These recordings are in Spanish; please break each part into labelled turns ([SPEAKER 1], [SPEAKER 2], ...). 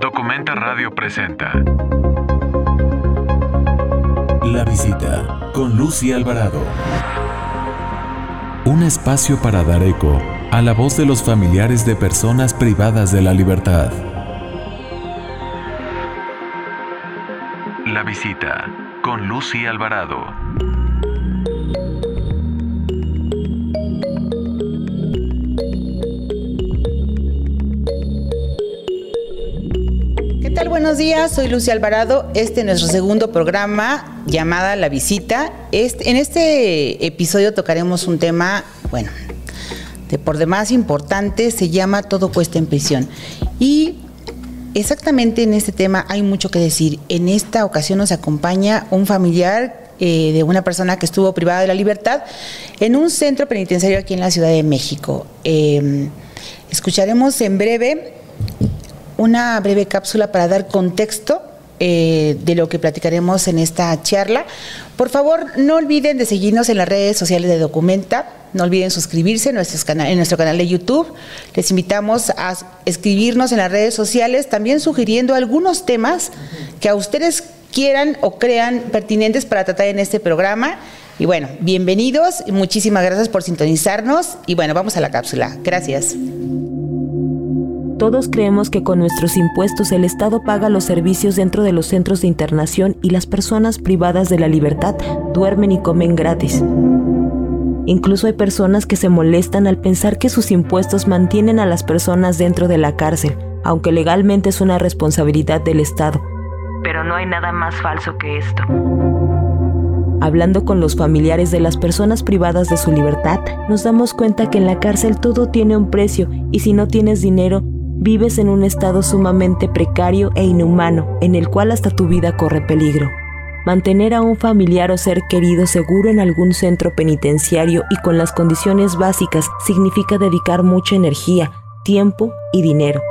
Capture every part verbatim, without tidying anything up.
[SPEAKER 1] Documenta Radio presenta
[SPEAKER 2] La Visita con Lucy Alvarado. Un espacio para dar eco a la voz de los familiares de personas privadas de la libertad.
[SPEAKER 1] La Visita con Lucy Alvarado.
[SPEAKER 3] ¿Qué tal? Buenos días, soy Lucy Alvarado. Este es nuestro segundo programa llamada La Visita. Este, en este episodio tocaremos un tema, bueno, de por demás importante, se llama Todo cuesta en prisión. Y exactamente en este tema hay mucho que decir. En esta ocasión nos acompaña un familiar eh, de una persona que estuvo privada de la libertad en un centro penitenciario aquí en la Ciudad de México. Eh, escucharemos en breve una breve cápsula para dar contexto eh, de lo que platicaremos en esta charla. Por favor, no olviden de seguirnos en las redes sociales de Documenta. No olviden suscribirse en, nuestros cana- en nuestro canal de YouTube. Les invitamos a escribirnos en las redes sociales, también sugiriendo algunos temas que a ustedes quieran o crean pertinentes para tratar en este programa. Y bueno, bienvenidos y muchísimas gracias por sintonizarnos. Y bueno, vamos a la cápsula. Gracias.
[SPEAKER 4] Todos creemos que con nuestros impuestos el Estado paga los servicios dentro de los centros de internación y las personas privadas de la libertad duermen y comen gratis. Incluso hay personas que se molestan al pensar que sus impuestos mantienen a las personas dentro de la cárcel, aunque legalmente es una responsabilidad del Estado. Pero no hay nada más falso que esto. Hablando con los familiares de las personas privadas de su libertad, nos damos cuenta que en la cárcel todo tiene un precio y si no tienes dinero, vives en un estado sumamente precario e inhumano, en el cual hasta tu vida corre peligro. Mantener a un familiar o ser querido seguro en algún centro penitenciario y con las condiciones básicas significa dedicar mucha energía, tiempo y dinero.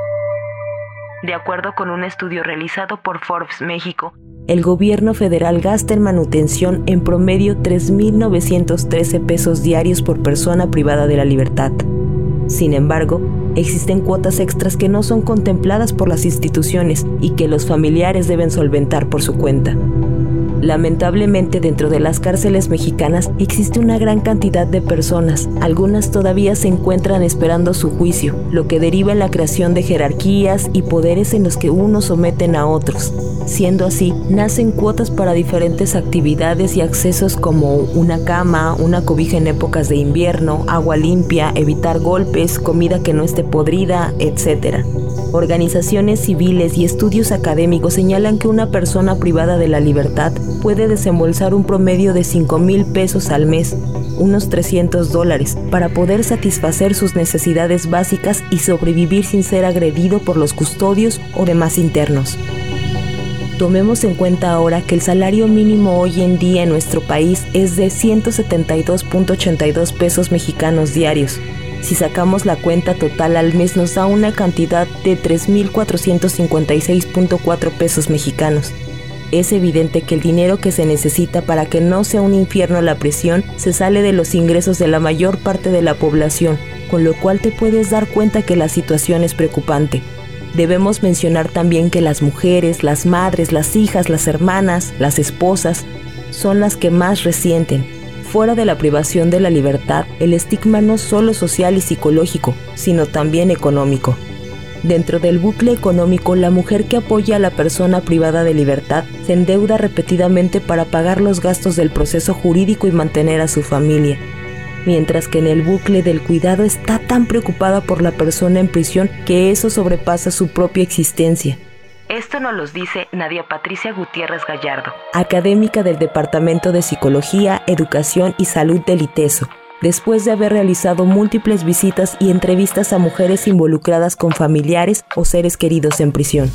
[SPEAKER 4] De acuerdo con un estudio realizado por Forbes México, el gobierno federal gasta en manutención en promedio tres mil novecientos trece pesos diarios por persona privada de la libertad. Sin embargo, existen cuotas extras que no son contempladas por las instituciones y que los familiares deben solventar por su cuenta. Lamentablemente, dentro de las cárceles mexicanas existe una gran cantidad de personas. Algunas todavía se encuentran esperando su juicio, lo que deriva en la creación de jerarquías y poderes en los que unos someten a otros. Siendo así, nacen cuotas para diferentes actividades y accesos como una cama, una cobija en épocas de invierno, agua limpia, evitar golpes, comida que no esté podrida, etcétera. Organizaciones civiles y estudios académicos señalan que una persona privada de la libertad puede desembolsar un promedio de cinco mil pesos al mes, unos trescientos dólares, para poder satisfacer sus necesidades básicas y sobrevivir sin ser agredido por los custodios o demás internos. Tomemos en cuenta ahora que el salario mínimo hoy en día en nuestro país es de ciento setenta y dos punto ochenta y dos pesos mexicanos diarios. Si sacamos la cuenta total al mes nos da una cantidad de tres mil cuatrocientos cincuenta y seis punto cuatro pesos mexicanos. Es evidente que el dinero que se necesita para que no sea un infierno la prisión se sale de los ingresos de la mayor parte de la población, con lo cual te puedes dar cuenta que la situación es preocupante. Debemos mencionar también que las mujeres, las madres, las hijas, las hermanas, las esposas, son las que más resienten. Fuera de la privación de la libertad, el estigma no solo social y psicológico, sino también económico. Dentro del bucle económico, la mujer que apoya a la persona privada de libertad se endeuda repetidamente para pagar los gastos del proceso jurídico y mantener a su familia, mientras que en el bucle del cuidado está tan preocupada por la persona en prisión que eso sobrepasa su propia existencia. Esto nos lo dice Nadia Patricia Gutiérrez Gallardo, académica del Departamento de Psicología, Educación y Salud del ITESO, después de haber realizado múltiples visitas y entrevistas a mujeres involucradas con familiares o seres queridos en prisión.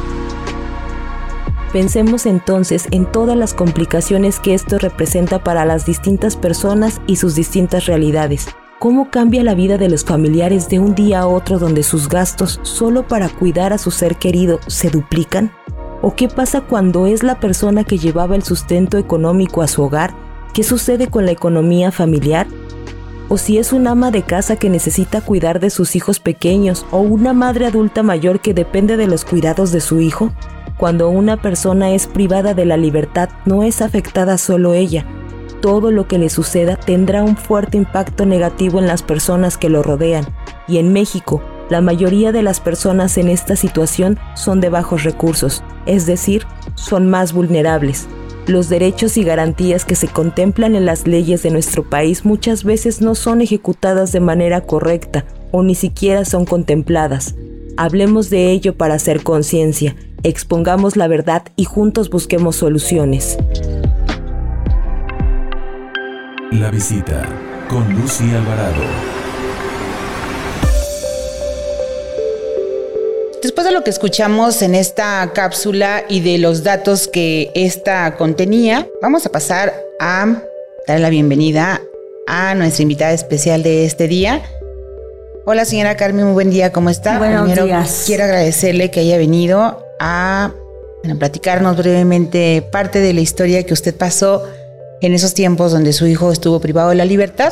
[SPEAKER 4] Pensemos entonces en todas las complicaciones que esto representa para las distintas personas y sus distintas realidades. ¿Cómo cambia la vida de los familiares de un día a otro donde sus gastos solo para cuidar a su ser querido se duplican? ¿O qué pasa cuando es la persona que llevaba el sustento económico a su hogar? ¿Qué sucede con la economía familiar? o si es una ama de casa que necesita cuidar de sus hijos pequeños o una madre adulta mayor que depende de los cuidados de su hijo. Cuando una persona es privada de la libertad, no es afectada solo ella. Todo lo que le suceda tendrá un fuerte impacto negativo en las personas que lo rodean. Y en México, la mayoría de las personas en esta situación son de bajos recursos, es decir, son más vulnerables. Los derechos y garantías que se contemplan en las leyes de nuestro país muchas veces no son ejecutadas de manera correcta o ni siquiera son contempladas. Hablemos de ello para hacer conciencia, expongamos la verdad y juntos busquemos soluciones.
[SPEAKER 2] La visita con Lucy Alvarado.
[SPEAKER 3] Después de lo que escuchamos en esta cápsula y de los datos que esta contenía, vamos a pasar a dar la bienvenida a nuestra invitada especial de este día. Hola, señora Carmen, muy buen día, ¿cómo está?
[SPEAKER 5] Buenos
[SPEAKER 3] Primero,
[SPEAKER 5] días.
[SPEAKER 3] Quiero agradecerle que haya venido a, bueno, platicarnos brevemente parte de la historia que usted pasó en esos tiempos donde su hijo estuvo privado de la libertad.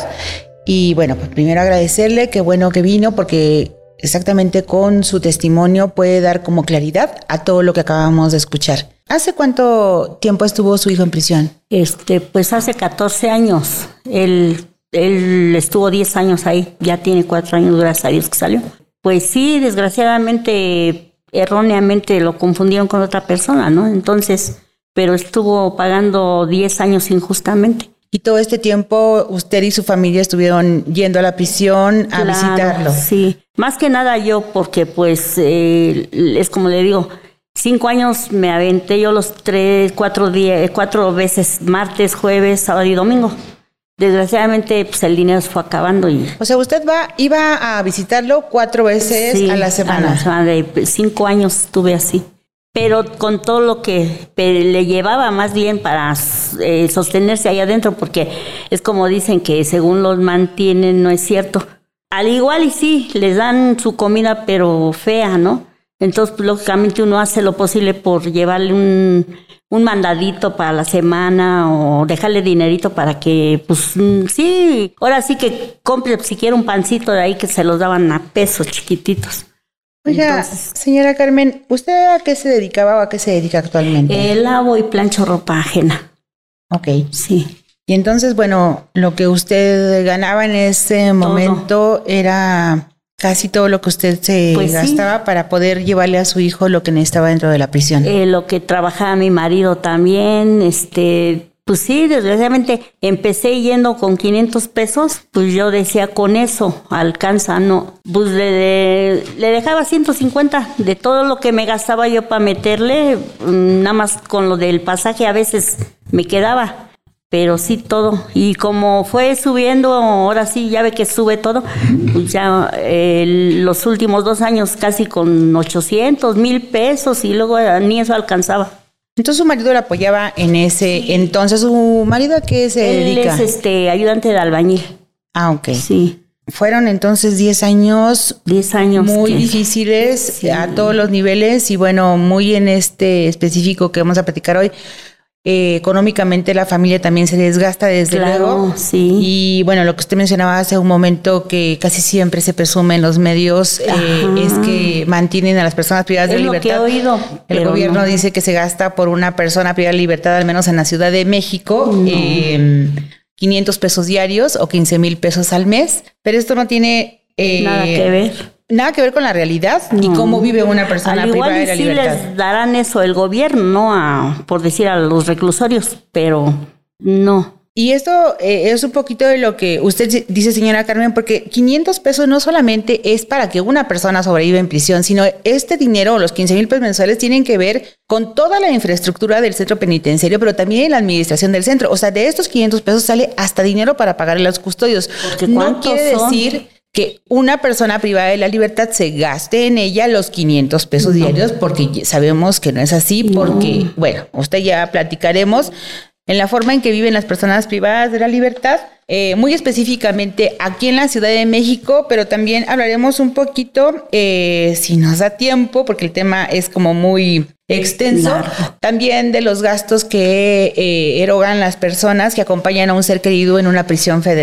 [SPEAKER 3] Y bueno, pues primero agradecerle, qué bueno que vino, porque exactamente con su testimonio puede dar como claridad a todo lo que acabamos de escuchar. ¿Hace cuánto tiempo estuvo su hijo en prisión?
[SPEAKER 5] Este, pues hace catorce años. Él, él estuvo diez años ahí. Ya tiene cuatro años, gracias a Dios que salió. Pues sí, desgraciadamente, erróneamente lo confundieron con otra persona, ¿no? Entonces, pero estuvo pagando diez años injustamente.
[SPEAKER 3] Y todo este tiempo usted y su familia estuvieron yendo a la prisión a
[SPEAKER 5] Claro,
[SPEAKER 3] visitarlo.
[SPEAKER 5] Sí, más que nada yo, porque pues eh, es como le digo, cinco años me aventé yo los tres, cuatro días, cuatro veces, martes, jueves, sábado y domingo. Desgraciadamente, pues el dinero se fue acabando y...
[SPEAKER 3] O sea, usted va, iba a visitarlo cuatro veces
[SPEAKER 5] sí,
[SPEAKER 3] a la semana.
[SPEAKER 5] A la semana, de cinco años estuve así. Pero con todo lo que le llevaba más bien para eh, sostenerse ahí adentro, porque es como dicen que según los mantienen, no es cierto. Al igual y sí, les dan su comida, pero fea, ¿no? Entonces, pues, lógicamente uno hace lo posible por llevarle un, un mandadito para la semana o dejarle dinerito para que, pues, sí, ahora sí que compre siquiera un pancito de ahí que se los daban a pesos chiquititos.
[SPEAKER 3] Oiga,
[SPEAKER 5] Entonces,
[SPEAKER 3] señora Carmen, ¿usted a qué se dedicaba o a qué se dedica actualmente?
[SPEAKER 5] eh, lavo y plancho ropa ajena.
[SPEAKER 3] Ok.
[SPEAKER 5] Sí.
[SPEAKER 3] Y entonces, bueno, lo que usted ganaba en ese momento era casi todo lo que usted se
[SPEAKER 5] Pues sí.
[SPEAKER 3] gastaba para poder llevarle a su hijo lo que necesitaba dentro de la prisión.
[SPEAKER 5] Eh, lo que trabajaba mi marido también, este, pues sí, desgraciadamente empecé yendo con quinientos pesos, pues yo decía, con eso alcanza, no, pues le, le dejaba ciento cincuenta de todo lo que me gastaba yo para meterle, nada más con lo del pasaje a veces me quedaba, pero sí todo, y como fue subiendo, ahora sí ya ve que sube todo, pues ya eh, los últimos dos años casi con ochocientos, mil pesos y luego ni eso alcanzaba.
[SPEAKER 3] Entonces su marido le apoyaba en ese entonces. ¿Su marido a qué se
[SPEAKER 5] Él
[SPEAKER 3] dedica?
[SPEAKER 5] es este ayudante de albañil.
[SPEAKER 3] Ah, ok.
[SPEAKER 5] Sí,
[SPEAKER 3] Fueron entonces diez años
[SPEAKER 5] diez años.
[SPEAKER 3] muy
[SPEAKER 5] que-
[SPEAKER 3] difíciles
[SPEAKER 5] Sí.
[SPEAKER 3] a todos los niveles y bueno, muy en este específico que vamos a platicar hoy. Eh, económicamente la familia también se desgasta desde
[SPEAKER 5] Claro,
[SPEAKER 3] luego.
[SPEAKER 5] sí.
[SPEAKER 3] Y bueno, lo que usted mencionaba hace un momento que casi siempre se presume en los medios eh,
[SPEAKER 5] Ajá.
[SPEAKER 3] es que mantienen a las personas privadas
[SPEAKER 5] Es
[SPEAKER 3] de
[SPEAKER 5] lo que
[SPEAKER 3] libertad.
[SPEAKER 5] he oído,
[SPEAKER 3] El
[SPEAKER 5] pero
[SPEAKER 3] gobierno
[SPEAKER 5] no.
[SPEAKER 3] dice que se gasta por una persona privada de libertad, al menos en la Ciudad de México, eh, quinientos pesos diarios o quince mil pesos al mes, pero esto no tiene eh,
[SPEAKER 5] Nada que ver.
[SPEAKER 3] nada que ver con la realidad y
[SPEAKER 5] No.
[SPEAKER 3] cómo vive una persona
[SPEAKER 5] Al igual
[SPEAKER 3] privada de
[SPEAKER 5] y
[SPEAKER 3] la
[SPEAKER 5] sí
[SPEAKER 3] libertad.
[SPEAKER 5] les darán eso el gobierno, ¿no? A, por decir a los reclusorios, pero no.
[SPEAKER 3] Y esto eh, es un poquito de lo que usted dice, señora Carmen, porque quinientos pesos no solamente es para que una persona sobreviva en prisión, sino este dinero, los quince mil pesos mensuales, tienen que ver con toda la infraestructura del centro penitenciario, pero también en la administración del centro. O sea, de estos quinientos pesos sale hasta dinero para pagar a los custodios.
[SPEAKER 5] Porque
[SPEAKER 3] No
[SPEAKER 5] ¿cuántos
[SPEAKER 3] quiere
[SPEAKER 5] son?
[SPEAKER 3] decir que una persona privada de la libertad se gaste en ella los quinientos pesos
[SPEAKER 5] No.
[SPEAKER 3] diarios, porque sabemos que no es así, porque,
[SPEAKER 5] No.
[SPEAKER 3] bueno, usted ya platicaremos en la forma en que viven las personas privadas de la libertad, eh, muy específicamente aquí en la Ciudad de México, pero también hablaremos un poquito, eh, si nos da tiempo, porque el tema es como muy extenso,
[SPEAKER 5] Largo.
[SPEAKER 3] también de los gastos que eh, erogan las personas que acompañan a un ser querido en una prisión federal.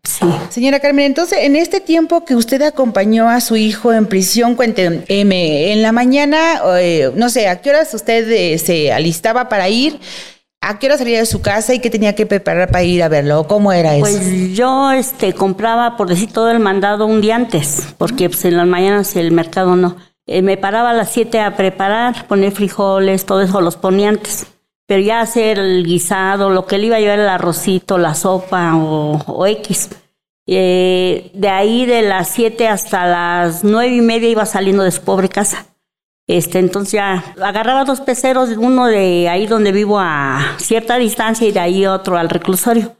[SPEAKER 5] Sí.
[SPEAKER 3] Señora Carmen, entonces, en este tiempo que usted acompañó a su hijo en prisión, cuénteme, eh, en la mañana, eh, no sé, ¿a qué horas usted eh, se alistaba para ir? ¿A qué hora salía de su casa y qué tenía que preparar para ir a verlo? ¿Cómo era eso?
[SPEAKER 5] Pues yo este, compraba, por decir, todo el mandado un día antes, porque pues, en las mañanas el mercado no. Eh, me paraba a las siete a preparar, poner frijoles, todo eso los ponía antes. Pero ya hacer el guisado, lo que le iba a llevar el arrocito, la sopa o, o X. Eh, de ahí de las siete hasta las nueve y media iba saliendo de su pobre casa. Este, entonces ya agarraba dos peceros, uno de ahí donde vivo a cierta distancia y de ahí otro al reclusorio.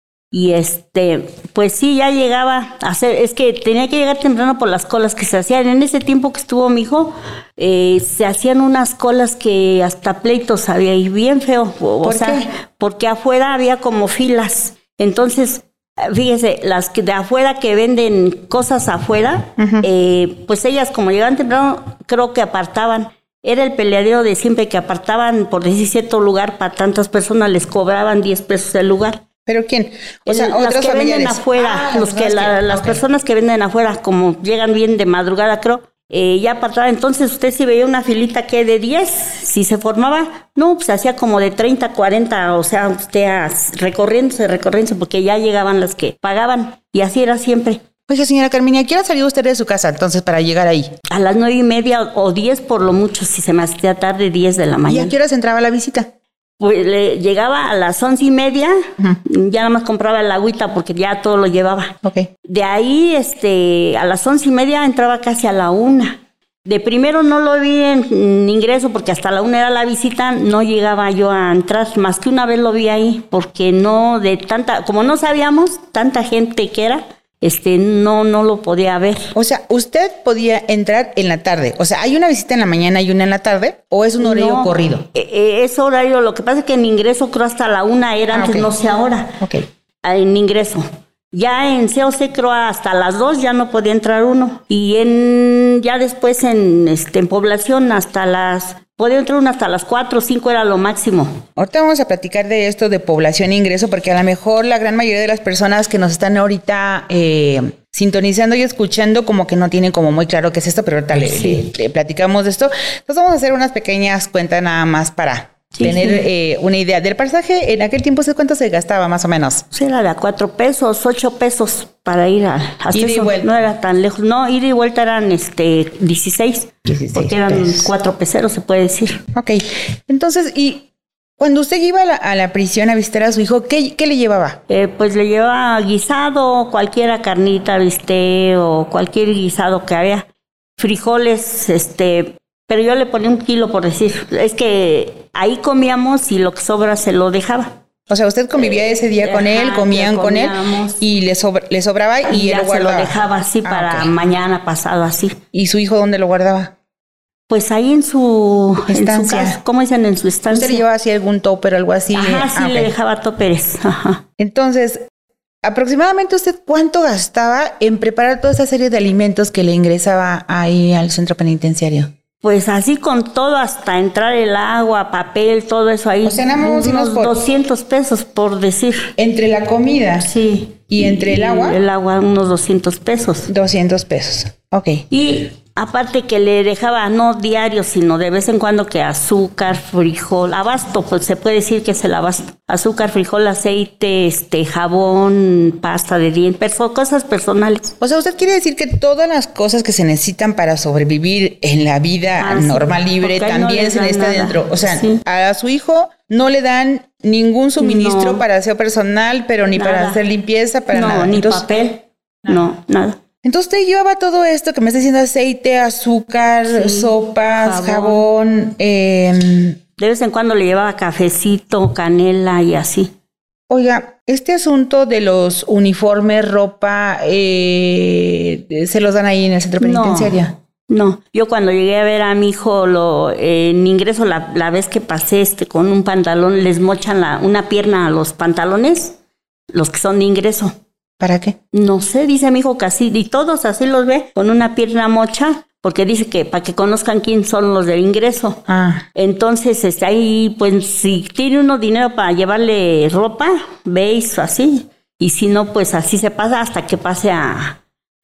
[SPEAKER 5] Y este, pues sí, ya llegaba a hacer, es que tenía que llegar temprano por las colas que se hacían. En ese tiempo que estuvo mi hijo, eh, se hacían unas colas que hasta pleitos había y bien feo. O,
[SPEAKER 3] ¿Por
[SPEAKER 5] o sea,
[SPEAKER 3] qué?
[SPEAKER 5] porque afuera había como filas. Entonces, fíjese, las que de afuera que venden cosas afuera, uh-huh. eh, pues ellas como llegaban temprano, creo que apartaban. Era el peleadero de siempre que apartaban por decir cierto lugar para tantas personas, les cobraban diez pesos el lugar.
[SPEAKER 3] ¿Pero quién? O sea,
[SPEAKER 5] el,
[SPEAKER 3] otros
[SPEAKER 5] las que
[SPEAKER 3] familiares.
[SPEAKER 5] venden afuera,
[SPEAKER 3] Ah,
[SPEAKER 5] los que la,
[SPEAKER 3] que,
[SPEAKER 5] las
[SPEAKER 3] okay.
[SPEAKER 5] personas que venden afuera, como llegan bien de madrugada, creo, eh, ya apartaban. Entonces usted si veía una filita que de diez, si se formaba, no, pues hacía como de treinta, cuarenta, o sea, usted recorriéndose, recorriéndose, porque ya llegaban las que pagaban, y así era siempre.
[SPEAKER 3] Oye, señora Carmen, ¿a qué hora salió usted de su casa entonces para llegar ahí?
[SPEAKER 5] A las nueve y media o diez por lo mucho, si se me hacía tarde, diez de la mañana.
[SPEAKER 3] ¿Y a qué hora se entraba la visita?
[SPEAKER 5] Pues le llegaba a las once y media, uh-huh. ya nada más compraba el agüita porque ya todo lo llevaba.
[SPEAKER 3] Okay.
[SPEAKER 5] De ahí, este, a las once y media entraba casi a la una. De primero no lo vi en, en ingreso porque hasta la una era la visita, no llegaba yo a entrar, más que una vez lo vi ahí, porque no de tanta, como no sabíamos tanta gente que era, este, no, no lo podía ver.
[SPEAKER 3] O sea, usted podía entrar en la tarde. O sea, ¿hay una visita en la mañana y una en la tarde? ¿O es un horario
[SPEAKER 5] no,
[SPEAKER 3] corrido?
[SPEAKER 5] Eh, es horario, lo que pasa es que en ingreso creo hasta la una era, ah, antes okay. no sé ahora.
[SPEAKER 3] Ok.
[SPEAKER 5] En ingreso. Ya en C O C creo hasta las dos ya no podía entrar uno. Y en ya después en, este, en población hasta las... Podía entrar uno hasta las cuatro o cinco era lo máximo.
[SPEAKER 3] Ahorita vamos a platicar de esto de población e ingreso, porque a lo mejor la gran mayoría de las personas que nos están ahorita eh, sintonizando y escuchando como que no tienen como muy claro qué es esto, pero ahorita sí. le, le platicamos de esto. Entonces vamos a hacer unas pequeñas cuentas nada más para sí, tener sí. Eh, una idea. Del pasaje, en aquel tiempo, ¿cuánto se gastaba más o menos?
[SPEAKER 5] Pues era de a cuatro pesos, ocho pesos para ir a...
[SPEAKER 3] ¿Ir y vuelta?
[SPEAKER 5] No era tan lejos. No, ir y vuelta eran este dieciséis. dieciséis porque eran pesos. Cuatro peceros, se puede decir.
[SPEAKER 3] Ok. Entonces, y cuando usted iba a la, a la prisión a visitar a su hijo, ¿qué, qué le llevaba?
[SPEAKER 5] Eh, pues le llevaba guisado, cualquiera carnita, bistec o cualquier guisado que había. Frijoles, este... Pero yo le ponía un kilo por decir. Es que ahí comíamos y lo que sobra se lo dejaba.
[SPEAKER 3] O sea, usted convivía ese día con Ajá, él, comían con él y le, sobra, le sobraba y, y él
[SPEAKER 5] ya
[SPEAKER 3] lo guardaba.
[SPEAKER 5] Se lo dejaba así ah, para okay. mañana pasado así.
[SPEAKER 3] ¿Y su hijo dónde lo guardaba?
[SPEAKER 5] Pues ahí en su estancia. En su casa, ¿cómo dicen? En su estancia.
[SPEAKER 3] ¿Usted le llevaba así algún topper o algo así?
[SPEAKER 5] Ajá, sí ah, le okay. dejaba tóperes. Ajá.
[SPEAKER 3] Entonces, aproximadamente usted cuánto gastaba en preparar toda esa serie de alimentos que le ingresaba ahí al centro penitenciario.
[SPEAKER 5] Pues así con todo, hasta entrar el agua, papel, todo eso ahí.
[SPEAKER 3] O sea, nada más
[SPEAKER 5] unos
[SPEAKER 3] por...
[SPEAKER 5] doscientos pesos, por decir.
[SPEAKER 3] ¿Entre la comida?
[SPEAKER 5] Sí.
[SPEAKER 3] ¿Y entre el agua?
[SPEAKER 5] El agua, unos doscientos pesos.
[SPEAKER 3] doscientos pesos, ok.
[SPEAKER 5] Y aparte que le dejaba, no diario, sino de vez en cuando que azúcar, frijol, abasto, pues se puede decir que es el abasto. Azúcar, frijol, aceite, este, jabón, pasta de dientes, cosas personales.
[SPEAKER 3] O sea, ¿usted quiere decir que todas las cosas que se necesitan para sobrevivir en la vida ah, normal, sí, libre, también no se necesita dentro? O sea, sí. A su hijo no le dan ningún suministro no. para aseo personal, pero ni nada. Para hacer limpieza, para
[SPEAKER 5] no,
[SPEAKER 3] nada.
[SPEAKER 5] Ni Entonces, papel, nada. no, nada.
[SPEAKER 3] Entonces usted llevaba todo esto que me está diciendo, aceite, azúcar, sí, sopas, jabón. jabón eh,
[SPEAKER 5] de vez en cuando le llevaba cafecito, canela y así.
[SPEAKER 3] Oiga, este asunto de los uniformes, ropa, eh, ¿se los dan ahí en el centro penitenciario?
[SPEAKER 5] No, no. Yo cuando llegué a ver a mi hijo, lo, eh, en ingreso, la, la vez que pasé este con un pantalón, les mochan la, una pierna a los pantalones, los que son de ingreso.
[SPEAKER 3] ¿Para qué?
[SPEAKER 5] No sé, dice mi hijo que así, y todos así los ve, con una pierna mocha, porque dice que para que conozcan quién son los del ingreso.
[SPEAKER 3] Ah.
[SPEAKER 5] Entonces, este, ahí, pues, si tiene uno dinero para llevarle ropa, veis, así, y si no, pues así se pasa hasta que pase a,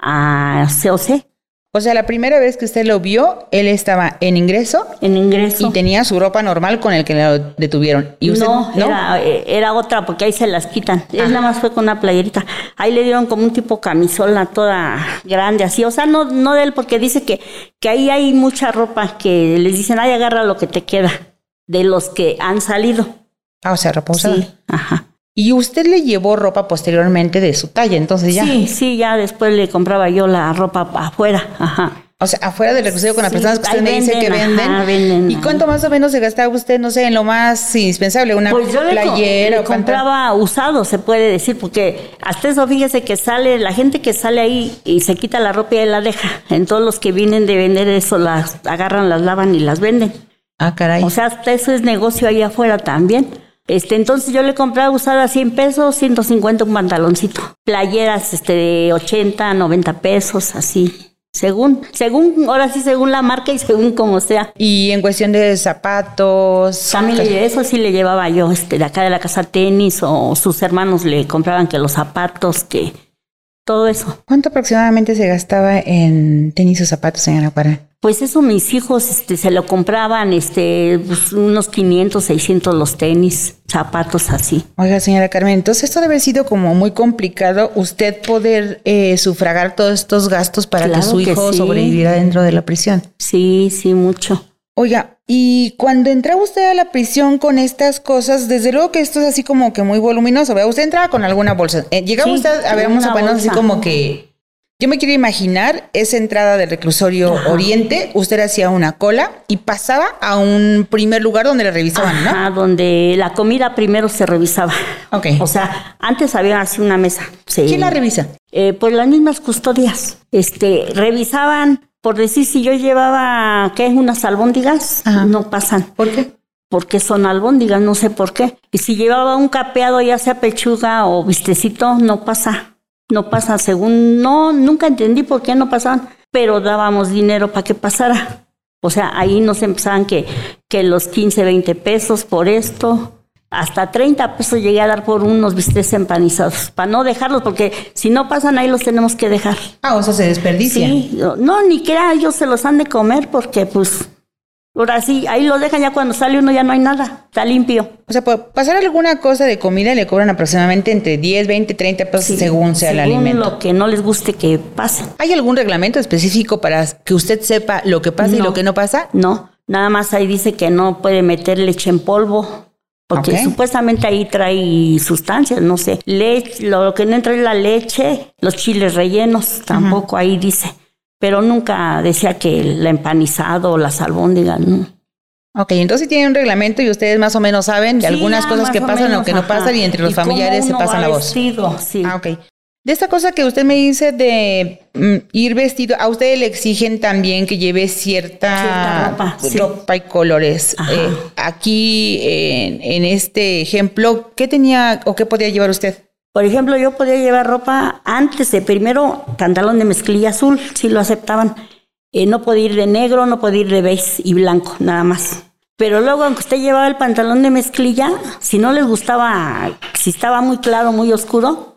[SPEAKER 5] a C O C.
[SPEAKER 3] O sea, la primera vez que usted lo vio, él estaba en ingreso.
[SPEAKER 5] En ingreso.
[SPEAKER 3] Y tenía su ropa normal con el que lo detuvieron. ¿Y usted,
[SPEAKER 5] no,
[SPEAKER 3] no?
[SPEAKER 5] Era, era otra, porque ahí se las quitan. Él nada más fue con una playerita. Ahí le dieron como un tipo camisola toda grande, así. O sea, no, no de él, porque dice que, que ahí hay mucha ropa que les dicen, ay, agarra lo que te queda, de los que han salido.
[SPEAKER 3] Ah, o sea, ropa usada.
[SPEAKER 5] Sí, ajá.
[SPEAKER 3] Y usted le llevó ropa posteriormente de su talla, entonces ya.
[SPEAKER 5] Sí, sí, ya después le compraba yo la ropa afuera, ajá.
[SPEAKER 3] O sea, afuera del reclusorio con las
[SPEAKER 5] Sí,
[SPEAKER 3] personas que usted
[SPEAKER 5] ahí
[SPEAKER 3] me dice
[SPEAKER 5] venden,
[SPEAKER 3] que venden.
[SPEAKER 5] ajá, venden,
[SPEAKER 3] ¿Y cuánto más o menos se gastaba usted, no sé, en lo más indispensable? ¿Una
[SPEAKER 5] pues yo le,
[SPEAKER 3] playera
[SPEAKER 5] le
[SPEAKER 3] o pantalón?
[SPEAKER 5] compraba usado, se puede decir, porque hasta eso, fíjese que sale, la gente que sale ahí y se quita la ropa y la deja. En todos los que vienen de vender eso, las agarran, las lavan y las venden.
[SPEAKER 3] Ah, caray.
[SPEAKER 5] O sea, hasta eso es negocio ahí afuera también. Este, entonces yo le compraba usada cien pesos, ciento cincuenta un pantaloncito. Playeras este, de ochenta, noventa pesos, así. Según, según, ahora sí, según la marca y según como sea.
[SPEAKER 3] Y en cuestión de zapatos.
[SPEAKER 5] También le, eso sí le llevaba yo, este, de acá de la casa tenis, o sus hermanos le compraban que los zapatos, que todo eso.
[SPEAKER 3] ¿Cuánto aproximadamente se gastaba en tenis o zapatos, señora Para?
[SPEAKER 5] Pues eso mis hijos este, se lo compraban, este, pues, unos quinientos, seiscientos los tenis, zapatos así.
[SPEAKER 3] Oiga, señora Carmen, entonces esto debe haber sido como muy complicado usted poder eh, sufragar todos estos gastos para
[SPEAKER 5] Claro
[SPEAKER 3] que su
[SPEAKER 5] que
[SPEAKER 3] hijo
[SPEAKER 5] sí.
[SPEAKER 3] sobreviviera dentro de la prisión.
[SPEAKER 5] Sí, sí, mucho.
[SPEAKER 3] Oiga, y cuando entraba usted a la prisión con estas cosas, desde luego que esto es así como que muy voluminoso, ¿verdad? Usted entraba con alguna bolsa. Eh, llegaba
[SPEAKER 5] Sí,
[SPEAKER 3] usted, a ver, vamos a
[SPEAKER 5] una
[SPEAKER 3] ponernos así
[SPEAKER 5] bolsa.
[SPEAKER 3] como que... Yo me quiero imaginar esa entrada del reclusorio
[SPEAKER 5] Ajá.
[SPEAKER 3] Oriente, usted hacía una cola y pasaba a un primer lugar donde le revisaban, ¿no?
[SPEAKER 5] Ajá, donde la comida primero se revisaba.
[SPEAKER 3] Ok.
[SPEAKER 5] O sea, antes había así una mesa. Se-
[SPEAKER 3] ¿Quién la revisa?
[SPEAKER 5] Eh, pues las mismas custodias. Este, revisaban, por decir, si yo llevaba, ¿qué? Unas albóndigas,
[SPEAKER 3] Ajá.
[SPEAKER 5] no pasan.
[SPEAKER 3] ¿Por qué?
[SPEAKER 5] Porque son albóndigas, no sé por qué. Y si llevaba un capeado, ya sea pechuga o bistecito, no pasa. No pasa, según, no, nunca entendí por qué no pasaban, pero dábamos dinero para que pasara. O sea, ahí nos empezaban que, que los quince, veinte pesos por esto, hasta treinta pesos llegué a dar por unos bistecs empanizados, para no dejarlos, porque si no pasan ahí los tenemos que dejar.
[SPEAKER 3] Ah, o sea, se desperdicia.
[SPEAKER 5] Sí, no, ni que ellos se los han de comer, porque pues, ahora sí, ahí los dejan, ya cuando sale uno ya no hay nada, está limpio.
[SPEAKER 3] O sea, por pasar alguna cosa de comida le cobran aproximadamente entre diez, veinte, treinta pesos
[SPEAKER 5] Sí,
[SPEAKER 3] según sea el
[SPEAKER 5] según
[SPEAKER 3] alimento.
[SPEAKER 5] lo que no les guste que pase.
[SPEAKER 3] ¿Hay algún reglamento específico para que usted sepa lo que pasa y
[SPEAKER 5] No.
[SPEAKER 3] lo que no pasa?
[SPEAKER 5] No, nada más ahí dice que no puede meter leche en polvo, porque
[SPEAKER 3] Ok.
[SPEAKER 5] supuestamente ahí trae sustancias, no sé. Leche, lo que no entra es la leche, los chiles rellenos, tampoco ahí dice. Pero nunca decía que el empanizado o las albóndigas, no.
[SPEAKER 3] Ok, entonces tiene un reglamento y ustedes más o menos saben de
[SPEAKER 5] Sí,
[SPEAKER 3] algunas
[SPEAKER 5] ya
[SPEAKER 3] cosas
[SPEAKER 5] más
[SPEAKER 3] que
[SPEAKER 5] o
[SPEAKER 3] pasan o
[SPEAKER 5] menos,
[SPEAKER 3] que no
[SPEAKER 5] ajá.
[SPEAKER 3] pasan y entre los
[SPEAKER 5] Y cómo
[SPEAKER 3] familiares se
[SPEAKER 5] uno
[SPEAKER 3] pasan
[SPEAKER 5] va
[SPEAKER 3] la voz.
[SPEAKER 5] vestido, sí.
[SPEAKER 3] Ah, ok. De esta cosa que usted me dice de mm, ir vestido, a ustedes le exigen también que lleve cierta,
[SPEAKER 5] Cierta ropa, sí.
[SPEAKER 3] ropa y colores.
[SPEAKER 5] Ajá.
[SPEAKER 3] Eh, aquí, en, en este ejemplo, ¿qué tenía o qué podía llevar usted?
[SPEAKER 5] Por ejemplo, yo podía llevar ropa antes de primero pantalón de mezclilla azul, si lo aceptaban. Eh, no podía ir de negro, no podía ir de beige y blanco, nada más. Pero luego, aunque usted llevaba el pantalón de mezclilla, si no les gustaba, si estaba muy claro, muy oscuro,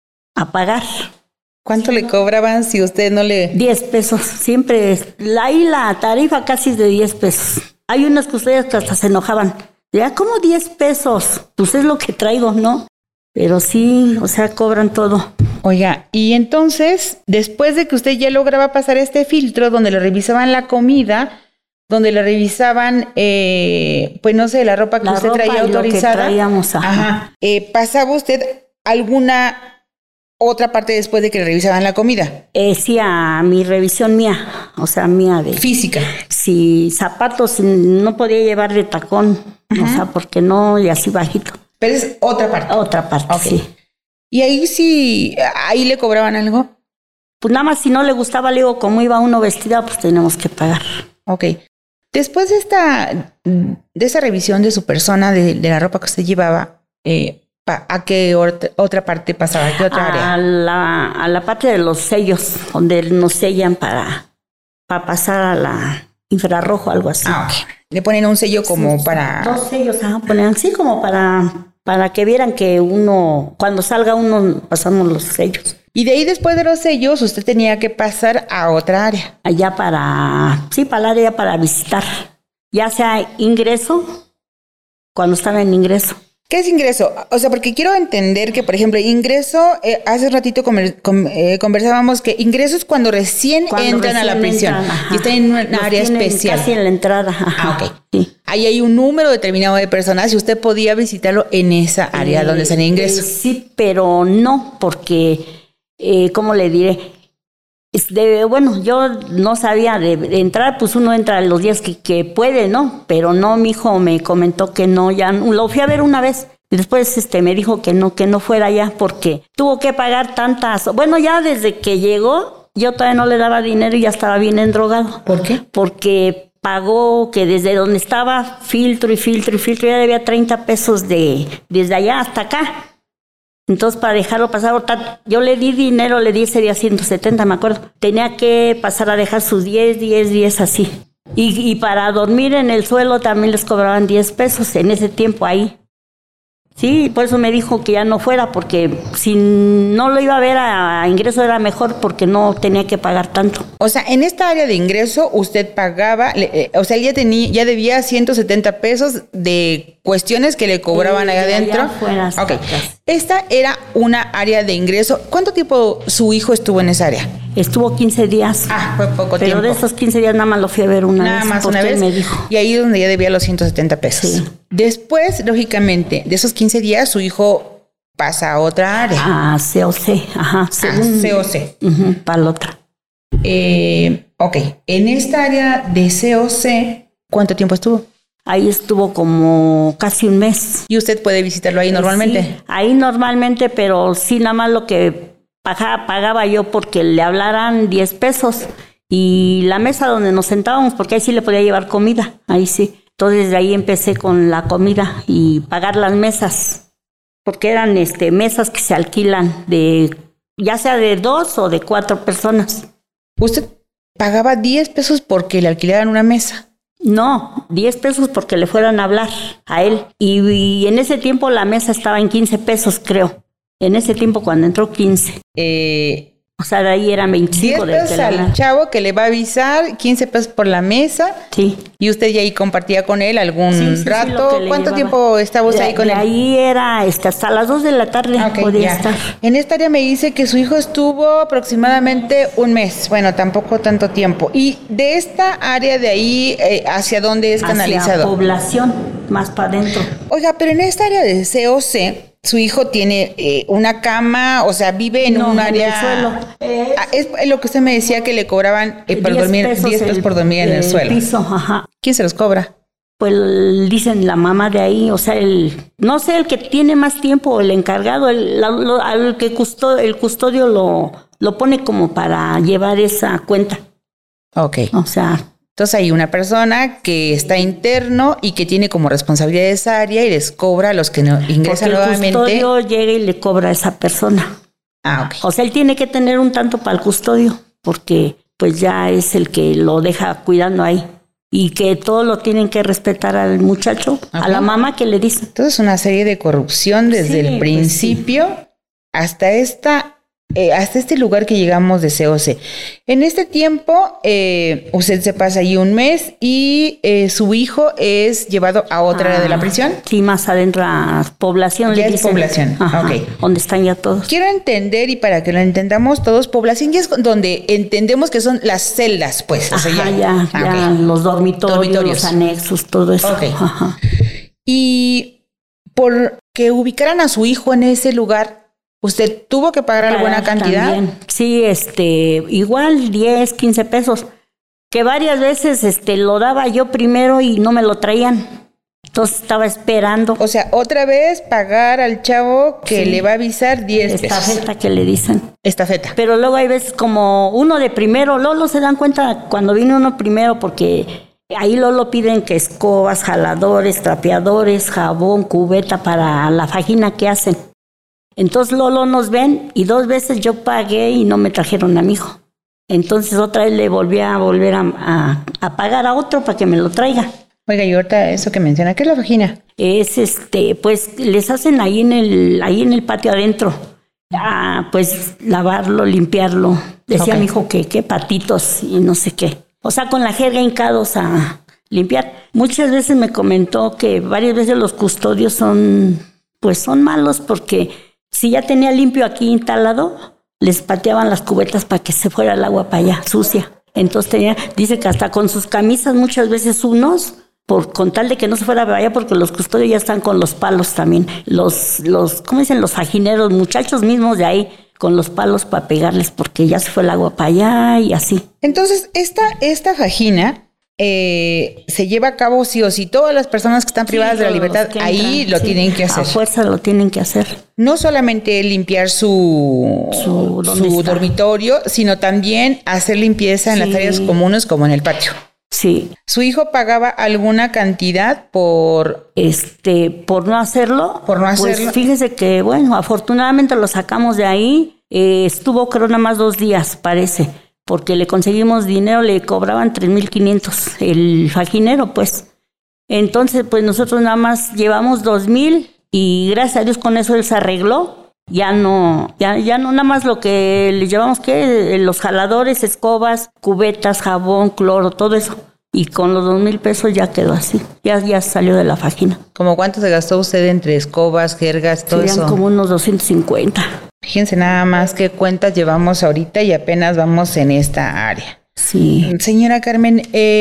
[SPEAKER 5] a pagar.
[SPEAKER 3] ¿Cuánto le cobraban si usted no le...?
[SPEAKER 5] diez pesos, siempre. Ahí la tarifa casi es de diez pesos. Hay unas custodias que hasta se enojaban. Ya, ¿cómo diez pesos? Pues es lo que traigo, ¿no? Pero sí, o sea, cobran todo.
[SPEAKER 3] Oiga, y entonces, después de que usted ya lograba pasar este filtro donde le revisaban la comida, donde le revisaban, eh, pues no sé, la ropa que
[SPEAKER 5] La
[SPEAKER 3] usted
[SPEAKER 5] ropa
[SPEAKER 3] traía
[SPEAKER 5] y lo que
[SPEAKER 3] autorizada,
[SPEAKER 5] traíamos, ajá.
[SPEAKER 3] ajá, eh, ¿pasaba usted alguna otra parte después de que le revisaban la comida?
[SPEAKER 5] Eh, sí, a mi revisión mía, o sea, mía de...
[SPEAKER 3] Física.
[SPEAKER 5] Si zapatos no podía llevar de tacón, o sea, porque no, y así bajito.
[SPEAKER 3] Pero es otra parte.
[SPEAKER 5] Otra parte,
[SPEAKER 3] Ok.
[SPEAKER 5] sí.
[SPEAKER 3] Y ahí sí, ahí le cobraban algo.
[SPEAKER 5] Pues nada más si no le gustaba, le digo, como iba uno vestida, pues tenemos que pagar.
[SPEAKER 3] Ok. Después de esta, de esa revisión de su persona, de, de la ropa que usted llevaba, eh, pa- ¿a qué or- otra parte pasaba? ¿A qué otra
[SPEAKER 5] A
[SPEAKER 3] área?
[SPEAKER 5] la, a la parte de los sellos, donde nos sellan para, para pasar a la infrarrojo, algo así.
[SPEAKER 3] Ah, ok. Le ponen un sello como para...
[SPEAKER 5] Dos sellos, ah, ponen así como para para que vieran que uno, cuando salga uno, pasamos los sellos.
[SPEAKER 3] Y de ahí, después de los sellos, usted tenía que pasar a otra área.
[SPEAKER 5] Allá para, sí, para el área para visitar. Ya sea ingreso, cuando estaba en ingreso.
[SPEAKER 3] ¿Qué es ingreso? O sea, porque quiero entender que, por ejemplo, ingreso, eh, hace ratito comer, com, eh, conversábamos que ingreso es cuando recién cuando entran recién a la prisión entran, y están en una Los área especial.
[SPEAKER 5] Casi en la entrada. Ajá.
[SPEAKER 3] Ah, ok. Sí. Ahí hay un número determinado de personas y usted podía visitarlo en esa área eh, donde está en ingreso.
[SPEAKER 5] Eh, sí, pero no, porque, eh, ¿cómo le diré? De, bueno, yo no sabía de, de entrar, pues uno entra los días que, que puede, ¿no? Pero no, mi hijo me comentó que no, ya lo fui a ver una vez. Y después este, me dijo que no, que no fuera ya porque tuvo que pagar tantas. Bueno, ya desde que llegó, yo todavía no le daba dinero y ya estaba bien endrogado.
[SPEAKER 3] ¿Por qué?
[SPEAKER 5] Porque pagó que desde donde estaba filtro y filtro y filtro, ya debía treinta pesos de, desde allá hasta acá. Entonces, para dejarlo pasar, yo le di dinero, le di ese día ciento setenta, me acuerdo. Tenía que pasar a dejar sus diez, diez, diez así. Y, y para dormir en el suelo también les cobraban diez pesos en ese tiempo ahí. Sí, por eso me dijo que ya no fuera, porque si no lo iba a ver a, a ingreso era mejor porque no tenía que pagar tanto.
[SPEAKER 3] O sea, en esta área de ingreso usted pagaba, eh, o sea, él ya tenía, ya debía ciento setenta pesos de cuestiones que le cobraban allá adentro. Okay. Esta era una área de ingreso. ¿Cuánto tiempo su hijo estuvo en esa área?
[SPEAKER 5] Estuvo quince días.
[SPEAKER 3] Ah, fue poco
[SPEAKER 5] pero
[SPEAKER 3] tiempo.
[SPEAKER 5] Pero de esos quince días nada más lo fui a ver una
[SPEAKER 3] nada
[SPEAKER 5] vez.
[SPEAKER 3] Nada más una vez.
[SPEAKER 5] Me dijo.
[SPEAKER 3] Y ahí es donde ya debía los ciento setenta pesos.
[SPEAKER 5] Sí.
[SPEAKER 3] Después, lógicamente, de esos quince días, su hijo pasa a otra área.
[SPEAKER 5] Ah, C O C. Ajá.
[SPEAKER 3] Según... Ah, C O C.
[SPEAKER 5] Uh-huh, para la otra.
[SPEAKER 3] Eh, ok. En esta área de C O C, ¿cuánto tiempo estuvo?
[SPEAKER 5] Ahí estuvo como casi un mes.
[SPEAKER 3] ¿Y usted puede visitarlo ahí normalmente?
[SPEAKER 5] Sí, ahí normalmente, pero sí nada más lo que pagaba, pagaba yo porque le hablaran diez pesos. Y la mesa donde nos sentábamos, porque ahí sí le podía llevar comida, ahí sí. Entonces de ahí empecé con la comida y pagar las mesas, porque eran este mesas que se alquilan de, ya sea de dos o de cuatro personas.
[SPEAKER 3] ¿Usted pagaba diez pesos porque le alquilaran una mesa?
[SPEAKER 5] No, diez pesos porque le fueran a hablar a él. Y, y en ese tiempo la mesa estaba en quince pesos, creo. En ese tiempo cuando entró quince.
[SPEAKER 3] Eh...
[SPEAKER 5] O sea, de ahí eran veinticinco.
[SPEAKER 3] diez pesos al chavo que le va a avisar, quince pesos por la mesa.
[SPEAKER 5] Sí.
[SPEAKER 3] Y usted ya ahí compartía con él algún sí, sí, rato. Sí, ¿Cuánto llevaba. tiempo estaba usted
[SPEAKER 5] de,
[SPEAKER 3] ahí con
[SPEAKER 5] de
[SPEAKER 3] él?
[SPEAKER 5] Ahí era este, hasta las dos de la tarde okay, podía ya. estar.
[SPEAKER 3] En esta área me dice que su hijo estuvo aproximadamente un mes. Bueno, tampoco tanto tiempo. ¿Y de esta área de ahí, eh, hacia dónde es canalizado?
[SPEAKER 5] Hacia población, más para adentro.
[SPEAKER 3] Oiga, pero en esta área de C O C... Su hijo tiene eh, una cama, o sea, vive en
[SPEAKER 5] no,
[SPEAKER 3] un área...
[SPEAKER 5] En el suelo.
[SPEAKER 3] Es, ah, es lo que usted me decía que le cobraban eh, por dormir, diez pesos por dormir en el, el suelo.
[SPEAKER 5] Piso, ajá.
[SPEAKER 3] ¿Quién se los cobra?
[SPEAKER 5] Pues dicen la mamá de ahí, o sea, el no sé, el que tiene más tiempo, el encargado, el, la, lo, al que custodio, el custodio lo, lo pone como para llevar esa cuenta.
[SPEAKER 3] Ok.
[SPEAKER 5] O sea...
[SPEAKER 3] Entonces hay una persona que está interno y que tiene como responsabilidad esa área y les cobra a los que no ingresan nuevamente.
[SPEAKER 5] El custodio llega y le cobra a esa persona.
[SPEAKER 3] Ah, ok.
[SPEAKER 5] O sea, él tiene que tener un tanto para el custodio, porque pues ya es el que lo deja cuidando ahí. Y que todo lo tienen que respetar al muchacho, okay. a la mamá que le dice.
[SPEAKER 3] Entonces una serie de corrupción desde sí, el principio pues sí. hasta esta... Eh, hasta este lugar que llegamos de C O C. En este tiempo, eh, usted se pasa ahí un mes y eh, su hijo es llevado a otra área ah, de la prisión.
[SPEAKER 5] Sí, más adentro a población.
[SPEAKER 3] Ya es dicen. población,
[SPEAKER 5] Ajá,
[SPEAKER 3] ok.
[SPEAKER 5] Donde están ya todos.
[SPEAKER 3] Quiero entender, y para que lo entendamos todos, población ya es donde entendemos que son las celdas, pues.
[SPEAKER 5] Ajá,
[SPEAKER 3] o sea, ya,
[SPEAKER 5] ya, ah, ya okay. los dormitorios, dormitorios, los anexos, todo eso.
[SPEAKER 3] Ok.
[SPEAKER 5] Ajá.
[SPEAKER 3] Y por que ubicaran a su hijo en ese lugar, ¿usted tuvo que pagar Para alguna cantidad?
[SPEAKER 5] También. Sí, este, igual diez, quince pesos, que varias veces este, lo daba yo primero y no me lo traían. Entonces estaba esperando.
[SPEAKER 3] O sea, otra vez pagar al chavo que sí. le va a avisar diez pesos.
[SPEAKER 5] Estafeta que le dicen.
[SPEAKER 3] Estafeta.
[SPEAKER 5] Pero luego hay veces como uno de primero, Lolo se dan cuenta cuando viene uno primero porque ahí Lolo piden que escobas, jaladores, trapeadores, jabón, cubeta para la fajina que hacen. Entonces Lolo nos ven y dos veces yo pagué y no me trajeron a mi hijo. Entonces otra vez le volví a volver a, a, a pagar a otro para que me lo traiga.
[SPEAKER 3] Oiga, y ahorita eso que menciona, ¿qué es la fajina?
[SPEAKER 5] es este, pues les hacen ahí en el, ahí en el patio adentro, ah, pues lavarlo, limpiarlo. Decía okay. mi hijo que qué patitos y no sé qué. O sea, con la jerga hincados a limpiar. Muchas veces me comentó que varias veces los custodios son, pues son malos porque si ya tenía limpio aquí instalado, les pateaban las cubetas para que se fuera el agua para allá, sucia. Entonces tenía, dice que hasta con sus camisas muchas veces unos, por con tal de que no se fuera para allá, porque los custodios ya están con los palos también. Los, los, ¿cómo dicen? Los fajineros, muchachos mismos de ahí, con los palos para pegarles porque ya se fue el agua para allá y así.
[SPEAKER 3] Entonces, esta, esta fajina eh, se lleva a cabo sí o sí. Todas las personas que están privadas sí, de la libertad, ahí entran, lo sí, tienen que hacer.
[SPEAKER 5] A fuerza lo tienen que hacer.
[SPEAKER 3] No solamente limpiar su, su, su dormitorio, sino también hacer limpieza en sí. las áreas comunes como en el patio.
[SPEAKER 5] Sí.
[SPEAKER 3] ¿Su hijo pagaba alguna cantidad por...?
[SPEAKER 5] Este, por no hacerlo.
[SPEAKER 3] Por no hacerlo.
[SPEAKER 5] Pues fíjese que, bueno, afortunadamente lo sacamos de ahí. Eh, estuvo creo nada más dos días, parece. Porque le conseguimos dinero, le cobraban tres mil quinientos el fajinero, pues. Entonces, pues nosotros nada más llevamos dos mil y gracias a Dios con eso él se arregló. Ya no, ya, ya no, nada más lo que le llevamos, que los jaladores, escobas, cubetas, jabón, cloro, todo eso. Y con los dos mil pesos ya quedó así. Ya, ya salió de la fajina.
[SPEAKER 3] ¿Cómo cuánto se gastó usted entre escobas, jergas, todo
[SPEAKER 5] Serían
[SPEAKER 3] eso?
[SPEAKER 5] Como unos doscientos cincuenta.
[SPEAKER 3] Fíjense nada más qué cuentas llevamos ahorita y apenas vamos en esta área.
[SPEAKER 5] Sí.
[SPEAKER 3] Señora Carmen,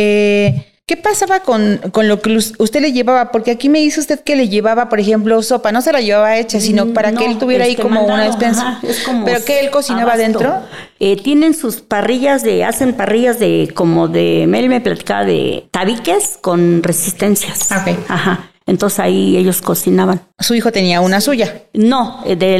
[SPEAKER 3] eh, ¿qué pasaba con, con lo que usted le llevaba? Porque aquí me dice usted que le llevaba, por ejemplo, sopa. No se la llevaba hecha, sino para no, que él tuviera ahí como mandado, una despensa.
[SPEAKER 5] Ajá, es como
[SPEAKER 3] ¿pero qué él cocinaba
[SPEAKER 5] abasto.
[SPEAKER 3] Dentro?
[SPEAKER 5] Eh, tienen sus parrillas de, hacen parrillas de, como de, Mel me platicaba de tabiques con resistencias.
[SPEAKER 3] Ok.
[SPEAKER 5] Ajá. Entonces ahí ellos cocinaban.
[SPEAKER 3] ¿Su hijo tenía una suya?
[SPEAKER 5] No, de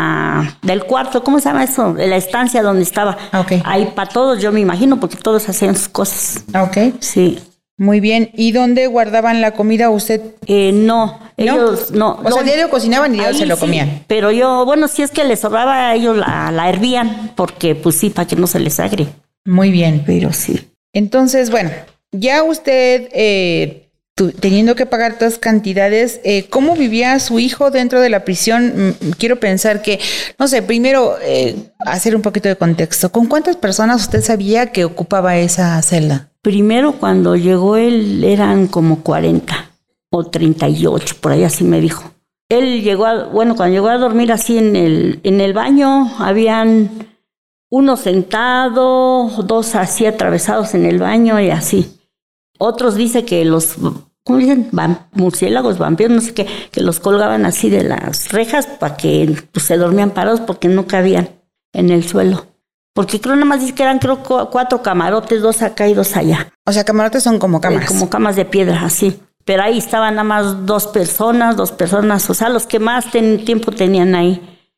[SPEAKER 5] la del cuarto, ¿cómo se llama eso? De la estancia donde estaba.
[SPEAKER 3] Okay.
[SPEAKER 5] Ahí para todos, yo me imagino, porque todos hacían sus cosas.
[SPEAKER 3] Ok.
[SPEAKER 5] Sí.
[SPEAKER 3] Muy bien. ¿Y dónde guardaban la comida usted?
[SPEAKER 5] Eh, no, ellos no.
[SPEAKER 3] no. O sea, diario cocinaban y ellos se lo
[SPEAKER 5] sí,
[SPEAKER 3] comían.
[SPEAKER 5] Pero yo, bueno, si es que les sobraba, ellos la, la hervían, porque pues sí, para que no se les agre.
[SPEAKER 3] Muy bien.
[SPEAKER 5] Pero sí.
[SPEAKER 3] Entonces, bueno, ya usted... Eh, Tu, teniendo que pagar todas cantidades, eh, ¿cómo vivía su hijo dentro de la prisión? Mm, quiero pensar que, no sé, primero eh, hacer un poquito de contexto. ¿Con cuántas personas usted sabía que ocupaba esa celda?
[SPEAKER 5] Primero cuando llegó él eran como cuarenta o treinta y ocho, por ahí así me dijo. Él llegó, a, bueno, cuando llegó a dormir así en el, en el baño, habían uno sentado, dos así atravesados en el baño y así. Otros dicen que los, ¿cómo dicen? Vam, murciélagos, vampiros, no sé qué, que los colgaban así de las rejas para que pues, se dormían parados porque no cabían en el suelo. Porque creo nada más dice que eran creo cuatro camarotes, dos acá y dos allá.
[SPEAKER 3] O sea, camarotes son como camas.
[SPEAKER 5] Eh, como camas de piedra, así. Pero ahí estaban nada más dos personas, dos personas, o sea, los que más ten, tiempo tenían ahí.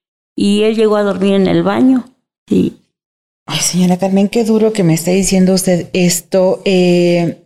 [SPEAKER 5] Y él llegó a dormir en el baño, sí.
[SPEAKER 3] Ay, señora Carmen, qué duro que me está diciendo usted esto. Eh...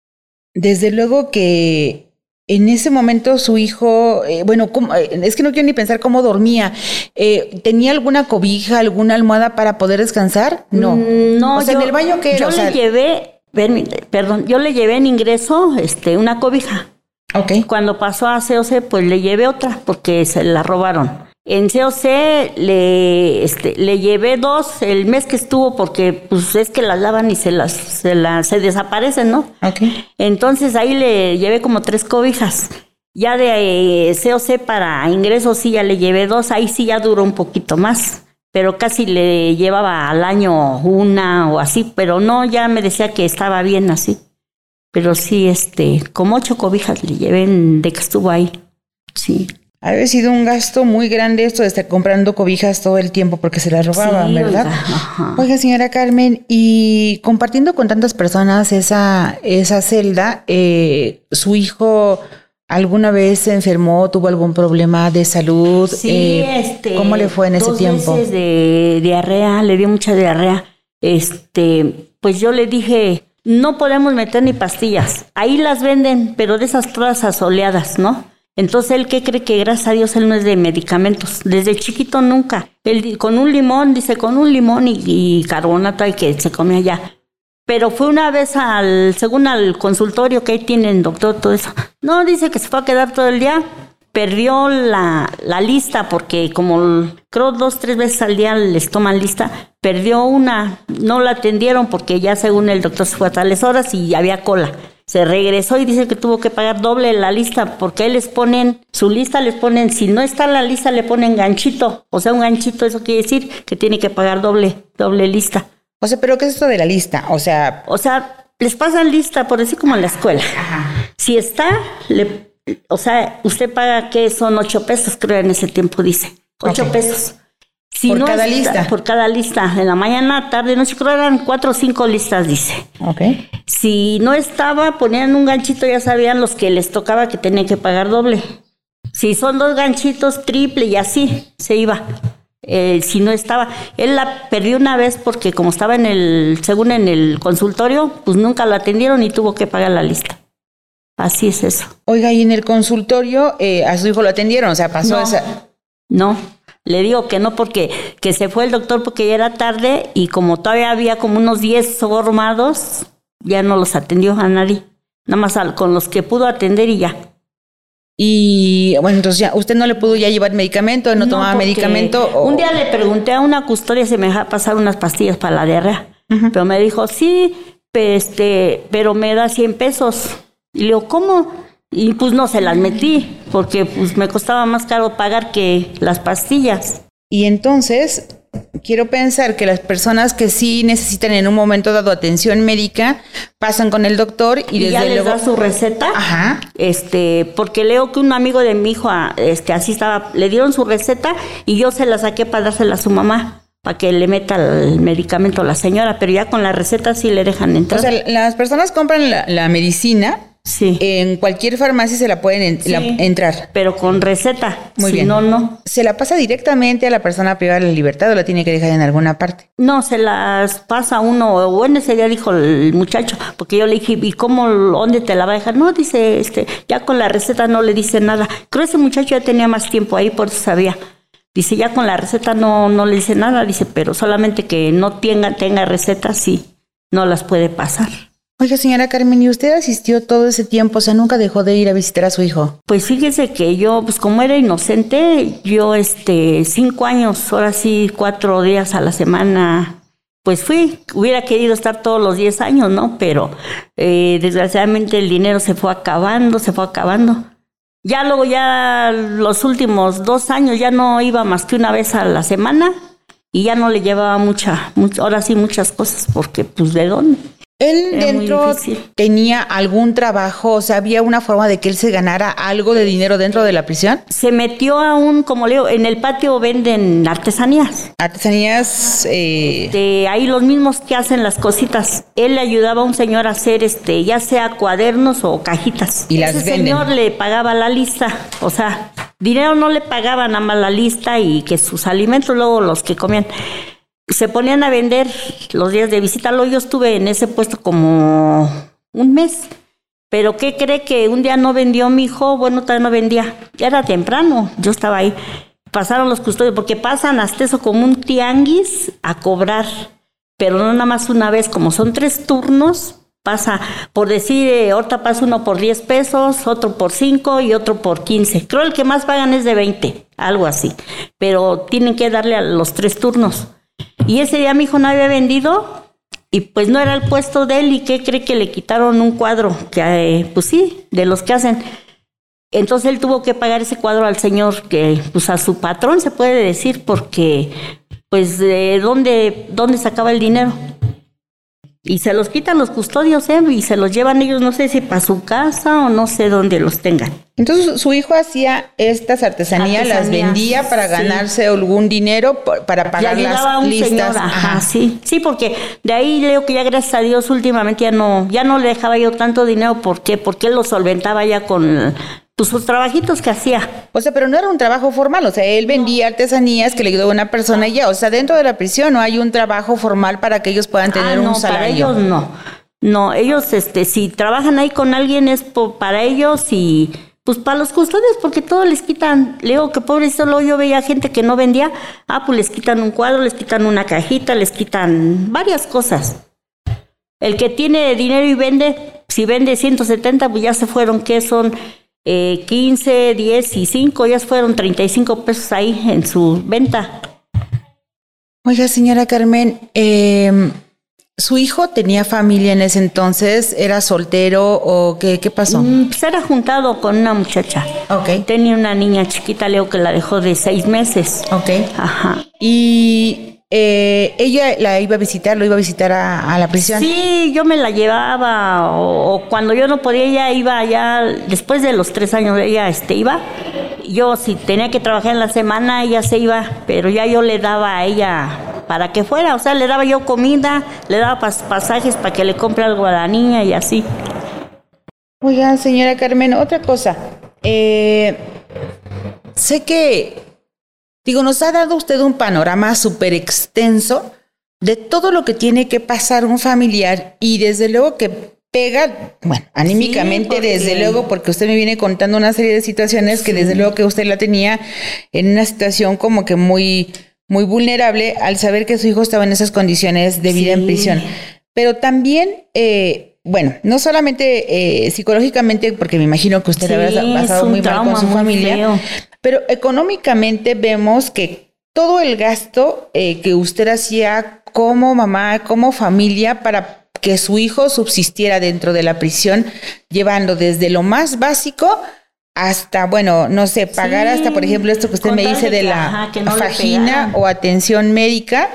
[SPEAKER 3] Desde luego que en ese momento su hijo, eh, bueno, ¿cómo? Es que no quiero ni pensar cómo dormía. Eh, ¿Tenía alguna cobija, alguna almohada para poder descansar? No.
[SPEAKER 5] No,
[SPEAKER 3] o sea,
[SPEAKER 5] yo,
[SPEAKER 3] en el baño que
[SPEAKER 5] yo
[SPEAKER 3] o
[SPEAKER 5] le
[SPEAKER 3] sea,
[SPEAKER 5] llevé, perdón, yo le llevé en ingreso este, una cobija.
[SPEAKER 3] Ok.
[SPEAKER 5] Cuando pasó a C O C, pues le llevé otra porque se la robaron. En C O C le, este, le llevé dos el mes que estuvo porque pues es que las lavan y se las, se las, se desaparecen, ¿no?
[SPEAKER 3] Okay.
[SPEAKER 5] Entonces ahí le llevé como tres cobijas. Ya de eh, C O C para ingresos sí ya le llevé dos, ahí sí ya duró un poquito más. Pero casi le llevaba al año una o así, pero no, ya me decía que estaba bien así. Pero sí, este, como ocho cobijas le llevé de que estuvo ahí, sí.
[SPEAKER 3] Ha de haber sido un gasto muy grande esto de estar comprando cobijas todo el tiempo porque se las robaban, sí, ¿verdad? Oiga, ajá. Oiga, señora Carmen, y compartiendo con tantas personas esa, esa celda, eh, ¿su hijo alguna vez se enfermó, tuvo algún problema de salud?
[SPEAKER 5] Sí,
[SPEAKER 3] eh,
[SPEAKER 5] este...
[SPEAKER 3] ¿Cómo le fue en ese
[SPEAKER 5] dos
[SPEAKER 3] tiempo?
[SPEAKER 5] Veces de diarrea, le dio mucha diarrea. Este, pues yo le dije, no podemos meter ni pastillas. Ahí las venden, pero de esas todas asoleadas, ¿no? Entonces, ¿él qué cree? Que gracias a Dios él no es de medicamentos. Desde chiquito nunca. Él con un limón, dice, con un limón y, y carbonato y que se comía ya. Pero fue una vez al, según al consultorio que ahí tienen, doctor, todo eso. No, dice que se fue a quedar todo el día. Perdió la, la lista porque como creo dos, tres veces al día les toman lista. Perdió una, no la atendieron porque ya según el doctor se fue a tales horas y había cola. Se regresó y dice que tuvo que pagar doble la lista porque ahí les ponen, su lista les ponen, si no está en la lista le ponen ganchito. O sea, un ganchito, eso quiere decir que tiene que pagar doble, doble lista.
[SPEAKER 3] O sea, ¿pero qué es esto de la lista? O sea...
[SPEAKER 5] O sea, les pasan lista, por decir como en la escuela.
[SPEAKER 3] Ajá.
[SPEAKER 5] Si está, le, o sea, usted paga, que son ocho pesos, creo en ese tiempo dice. Ocho
[SPEAKER 3] Okay.
[SPEAKER 5] pesos. Si
[SPEAKER 3] ¿Por
[SPEAKER 5] no
[SPEAKER 3] cada
[SPEAKER 5] está,
[SPEAKER 3] lista?
[SPEAKER 5] Por cada lista. En la mañana, tarde, noche, creo eran cuatro o cinco listas, dice.
[SPEAKER 3] Ok.
[SPEAKER 5] Si no estaba, ponían un ganchito, ya sabían los que les tocaba que tenían que pagar doble. Si son dos ganchitos, triple y así, se iba. Eh, si no estaba, él la perdió una vez porque como estaba en el, según en el consultorio, pues nunca la atendieron y tuvo que pagar la lista. Así es eso.
[SPEAKER 3] Oiga, y en el consultorio eh, a su hijo lo atendieron, o sea, pasó
[SPEAKER 5] No.
[SPEAKER 3] esa...
[SPEAKER 5] No, le digo que no porque que se fue el doctor porque ya era tarde y como todavía había como unos diez formados, ya no los atendió a nadie. Nada más al, con los que pudo atender y ya.
[SPEAKER 3] Y bueno, entonces ya, ¿usted no le pudo ya llevar medicamento? ¿No, no tomaba
[SPEAKER 5] porque
[SPEAKER 3] medicamento? O...
[SPEAKER 5] Un día le pregunté a una custodia si me dejaba pasar unas pastillas para la diarrea.
[SPEAKER 3] Uh-huh.
[SPEAKER 5] Pero me dijo, sí, este, pero me da cien pesos. Y le digo, ¿cómo? Y pues no se las metí, porque pues me costaba más caro pagar que las pastillas.
[SPEAKER 3] Y entonces, quiero pensar que las personas que sí necesitan en un momento dado atención médica, pasan con el doctor y,
[SPEAKER 5] Y
[SPEAKER 3] desde
[SPEAKER 5] ya les
[SPEAKER 3] luego...
[SPEAKER 5] da su receta.
[SPEAKER 3] Ajá.
[SPEAKER 5] Este, porque leo que un amigo de mi hijo, este, así estaba, le dieron su receta y yo se la saqué para dársela a su mamá, para que le meta el medicamento a la señora, pero ya con la receta sí le dejan entrar.
[SPEAKER 3] O sea, las personas compran la, la medicina,
[SPEAKER 5] sí.
[SPEAKER 3] En cualquier farmacia se la pueden en,
[SPEAKER 5] Sí,
[SPEAKER 3] la, entrar.
[SPEAKER 5] Pero con receta.
[SPEAKER 3] Muy
[SPEAKER 5] si
[SPEAKER 3] bien.
[SPEAKER 5] no, no.
[SPEAKER 3] ¿Se la pasa directamente a la persona privada de la libertad o la tiene que dejar en alguna parte?
[SPEAKER 5] No, se las pasa uno. Bueno, ese día dijo el muchacho, porque yo le dije, ¿y cómo, dónde te la va a dejar? No, dice, este, ya con la receta no le dice nada. Creo que ese muchacho ya tenía más tiempo ahí, por eso sabía. Dice, ya con la receta no, no le dice nada, dice, pero solamente que no tenga, tenga receta, sí, no las puede pasar.
[SPEAKER 3] Oiga, señora Carmen, ¿y usted asistió todo ese tiempo? O sea, ¿nunca dejó de ir a visitar a su hijo?
[SPEAKER 5] Pues fíjese que yo, pues como era inocente, yo este, cinco años, ahora sí, cuatro días a la semana, pues fui. Hubiera querido estar todos los diez años, ¿no? Pero eh, desgraciadamente el dinero se fue acabando, se fue acabando. Ya luego, ya los últimos dos años, ya no iba más que una vez a la semana y ya no le llevaba mucha, mucha ahora sí muchas cosas, porque pues ¿de dónde?
[SPEAKER 3] ¿Él
[SPEAKER 5] Era muy
[SPEAKER 3] dentro
[SPEAKER 5] difícil.
[SPEAKER 3] tenía algún trabajo? O sea, ¿había una forma de que él se ganara algo de dinero dentro de la prisión?
[SPEAKER 5] Se metió a un, como leo, en el patio venden artesanías.
[SPEAKER 3] Artesanías... Eh...
[SPEAKER 5] De ahí los mismos que hacen las cositas. Él le ayudaba a un señor a hacer, este, ya sea cuadernos o cajitas.
[SPEAKER 3] Y las
[SPEAKER 5] Ese
[SPEAKER 3] venden.
[SPEAKER 5] señor le pagaba la lista, o sea, dinero no le pagaba, nada más la lista y que sus alimentos luego los que comían. Se ponían a vender los días de visita. Luego yo estuve en ese puesto como un mes. Pero ¿qué cree que un día no vendió mi hijo? Bueno, todavía no vendía. Ya era temprano, yo estaba ahí. Pasaron los custodios, porque pasan hasta eso como un tianguis a cobrar. Pero no nada más una vez, como son tres turnos, pasa, por decir, eh, ahorita pasa uno por diez pesos, otro por cinco y otro por quince. Creo el que más pagan es de veinte, algo así. Pero tienen que darle a los tres turnos. Y ese día mi hijo no había vendido y pues no era el puesto de él. ¿Y qué cree? Que le quitaron un cuadro? Que eh, pues sí, de los que hacen. Entonces él tuvo que pagar ese cuadro al señor, que pues a su patrón se puede decir, porque pues de dónde, dónde sacaba el dinero. Y se los quitan los custodios, ¿eh? Y se los llevan ellos, no sé si para su casa o no sé dónde los tengan.
[SPEAKER 3] Entonces su hijo hacía estas artesanías, las
[SPEAKER 5] Artesanías,
[SPEAKER 3] vendía para
[SPEAKER 5] sí.
[SPEAKER 3] ganarse algún dinero por- para pagar
[SPEAKER 5] Le ayudaba a
[SPEAKER 3] las
[SPEAKER 5] un
[SPEAKER 3] listas.
[SPEAKER 5] señor, ajá, sí, sí, porque de ahí leo que ya gracias a Dios últimamente ya no, ya no le dejaba yo tanto dinero. ¿Por qué? Porque él lo solventaba ya con pues, sus trabajitos que hacía.
[SPEAKER 3] O sea, pero no era un trabajo formal, o sea, él vendía artesanías que le ayudó a una persona y ya, o sea, dentro de la prisión no hay un trabajo formal para que ellos puedan tener
[SPEAKER 5] ah, no,
[SPEAKER 3] un salario.
[SPEAKER 5] para ellos no. No, ellos, este, si trabajan ahí con alguien es por, para ellos y pues para los custodios, porque todo les quitan. Le digo que pobrecito, luego yo veía gente que no vendía, ah, pues les quitan un cuadro, les quitan una cajita, les quitan varias cosas. El que tiene dinero y vende, si vende ciento setenta, pues ya se fueron, ¿qué son? Eh, quince, diez y cinco, ya fueron treinta y cinco pesos ahí en su venta.
[SPEAKER 3] Oiga, señora Carmen, eh, ¿su hijo tenía familia en ese entonces? ¿Era soltero o qué, qué pasó?
[SPEAKER 5] Mm, pues era juntado con una muchacha.
[SPEAKER 3] Ok.
[SPEAKER 5] Tenía una niña chiquita, Leo, que la dejó de seis meses.
[SPEAKER 3] Ok.
[SPEAKER 5] Ajá.
[SPEAKER 3] Y eh, ella la iba a visitar, lo iba a visitar a, a la prisión.
[SPEAKER 5] Sí, yo me la llevaba, o, o cuando yo no podía, ella iba allá, después de los tres años, ella este, iba. Yo si tenía que trabajar en la semana, ella se iba, pero ya yo le daba a ella para que fuera, o sea, le daba yo comida, le daba pas- pasajes para que le compre algo a la niña y así.
[SPEAKER 3] Oiga, señora Carmen, otra cosa. Eh, sé que, digo, nos ha dado usted un panorama súper extenso de todo lo que tiene que pasar un familiar y desde luego que pega, bueno, anímicamente,
[SPEAKER 5] Sí, porque...
[SPEAKER 3] desde luego, porque usted me viene contando una serie de situaciones sí. que desde luego que usted la tenía en una situación como que muy, muy vulnerable al saber que su hijo estaba en esas condiciones de vida sí. en prisión. Pero también, eh, bueno, no solamente eh, psicológicamente, porque me imagino que usted sí, habrá pasado muy mal con su familia, feo. Pero económicamente vemos que todo el gasto eh, que usted hacía como mamá, como familia, para que su hijo subsistiera dentro de la prisión, llevando desde lo más básico hasta, bueno, no sé, pagar sí, hasta, por ejemplo, esto que usted me dice de la ajá, no vagina o atención médica.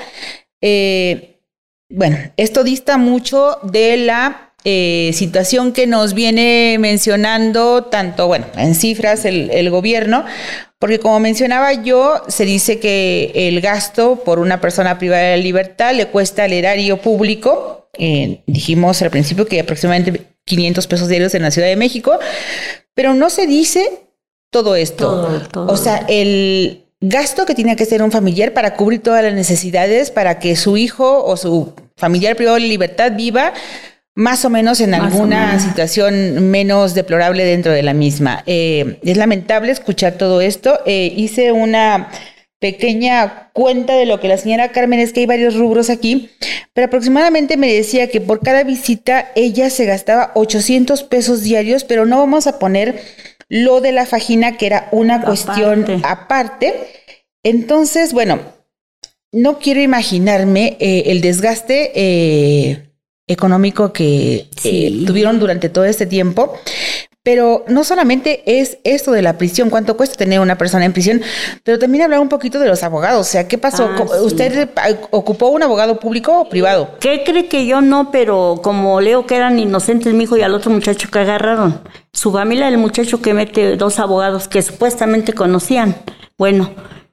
[SPEAKER 3] Eh, bueno, esto dista mucho de la eh, situación que nos viene mencionando tanto, bueno, en cifras el, el gobierno, porque como mencionaba yo, se dice que el gasto por una persona privada de libertad le cuesta al erario público, eh, dijimos al principio que aproximadamente quinientos pesos diarios en la Ciudad de México, pero no se dice todo esto. Todo, todo. O sea, el gasto que tiene que hacer un familiar para cubrir todas las necesidades, para que su hijo o su familiar privado de libertad viva más o menos en más alguna menos. situación menos deplorable dentro de la misma. Eh, es lamentable escuchar todo esto. Eh, hice una pequeña cuenta de lo que la señora Carmen, es que hay varios rubros aquí, pero aproximadamente me decía que por cada visita ella se gastaba ochocientos pesos diarios, pero no vamos a poner lo de la vagina, que era una aparte. cuestión aparte. Entonces, bueno, no quiero imaginarme eh, el desgaste eh, económico que sí. eh, tuvieron durante todo este tiempo. Pero no solamente es esto de la prisión, cuánto cuesta tener una persona en prisión, pero también hablar un poquito de los abogados. O sea, ¿qué pasó? Ah, sí. ¿Usted ocupó un abogado público o privado?
[SPEAKER 5] ¿Qué cree que yo no? Pero como leo que eran inocentes mi hijo y al otro muchacho que agarraron. Su familia, el muchacho que mete dos abogados que supuestamente conocían. Bueno,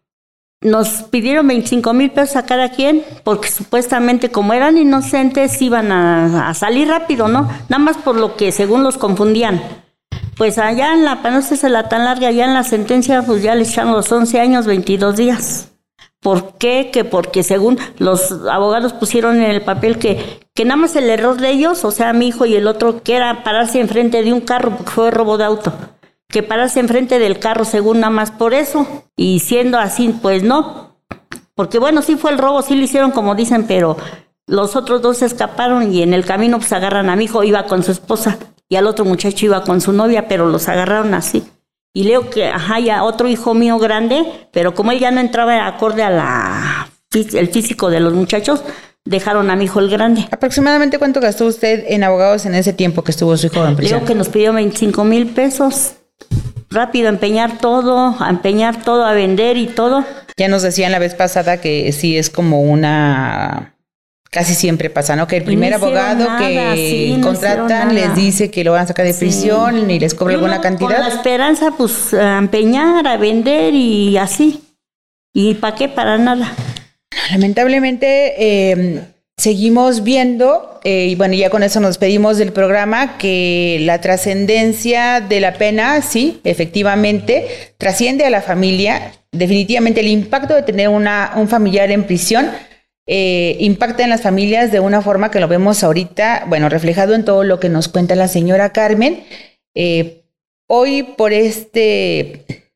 [SPEAKER 5] nos pidieron veinticinco mil pesos a cada quien, porque supuestamente como eran inocentes iban a, a salir rápido, ¿no? Nada más por lo que según los confundían. Pues allá en la, para no hacerse la tan larga, allá en la sentencia, pues ya le echaron los once años, veintidós días. ¿Por qué? Que porque según los abogados pusieron en el papel que, que nada más el error de ellos, o sea, mi hijo y el otro, que era pararse enfrente de un carro, porque fue robo de auto, que pararse enfrente del carro según nada más por eso, y siendo así, pues no. Porque bueno, sí fue el robo, sí lo hicieron como dicen, pero los otros dos se escaparon y en el camino pues agarran a mi hijo, iba con su esposa. Y al otro muchacho iba con su novia, pero los agarraron así. Y leo que, ajá, ya otro hijo mío grande, pero como él ya no entraba acorde a la el físico de los muchachos, dejaron a mi hijo el grande.
[SPEAKER 3] ¿Aproximadamente cuánto gastó usted en abogados en ese tiempo que estuvo su hijo en prisión?
[SPEAKER 5] Leo que nos pidió veinticinco mil pesos. Rápido, a empeñar todo, a empeñar todo, a vender y todo.
[SPEAKER 3] Ya nos decían la vez pasada que sí es como una... Casi siempre pasa, ¿no? Que el primer no abogado nada, que sí, no contratan les dice que lo van a sacar de prisión sí. y les cobra alguna cantidad.
[SPEAKER 5] Con la esperanza, pues, a empeñar, a vender y así. ¿Y para qué? Para nada.
[SPEAKER 3] Lamentablemente, eh, seguimos viendo, eh, y bueno, ya con eso nos despedimos del programa, que la trascendencia de la pena, sí, efectivamente, trasciende a la familia. Definitivamente el impacto de tener una, un familiar en prisión Eh, impacta en las familias de una forma que lo vemos ahorita, bueno, reflejado en todo lo que nos cuenta la señora Carmen. Eh, hoy por este